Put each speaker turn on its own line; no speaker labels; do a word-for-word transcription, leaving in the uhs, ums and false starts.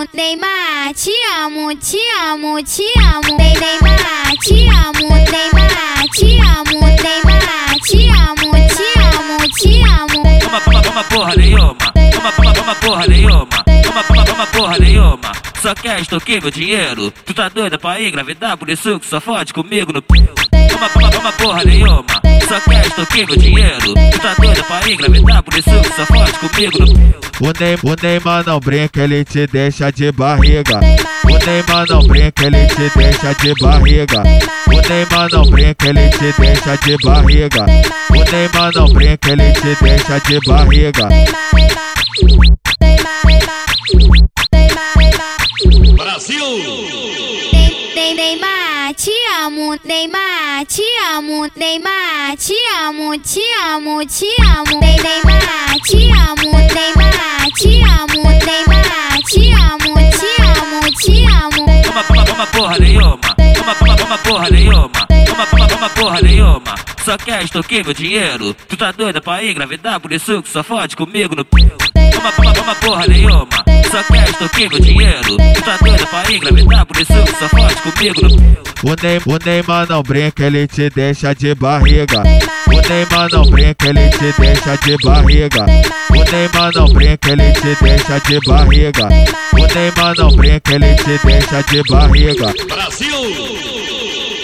amo, Neymar, te amo, te amo, te amo, Neymar, te amo, Neymar, te amo, Neymar, te amo, te amo, te amo.
Toma, toma, toma porra nenhuma, toma, toma, toma porra nenhuma, toma, toma, toma porra nenhuma. Só quer extorquir meu dinheiro, tu tá doida pra engravidar, por isso que só fode comigo no p***. Toma, toma, toma porra nenhuma, só quer extorquir meu dinheiro, tu tá doida pra engravidar, por isso que só fode comigo no p***.
O, Ney, o Neymar não brinca, ele te deixa de barriga. O Neymar não brinca, ele te deixa de barriga. O Neymar não brinca, ele te deixa de barriga. O Neymar não brinca, ele te deixa de barriga.
Brasil!
Neymar, te amo, Neymar, te amo, Neymar, te amo, te amo, te amo, Neymar, te amo, Neymar, te amo, Neymar, te amo, te amo, te amo.
Toma, toma, toma porra nenhuma, toma, toma, toma porra nenhuma, toma, toma, toma porra nenhuma. Só quer extorquir meu dinheiro, tu tá doida pra engravidar, por isso que só fode comigo no p***. Toma, toma, toma porra nenhuma, só quer extorquir meu dinheiro, tu tá doida pra engravidar, por isso que só fode comigo no p***.
O, Ney, o Neymar não brinca, ele te deixa de barriga. O Neymar não brinca, ele te deixa de barriga. O Neymar não brinca, ele te deixa de barriga. O Neymar não brinca, ele te deixa de barriga.
Brasil!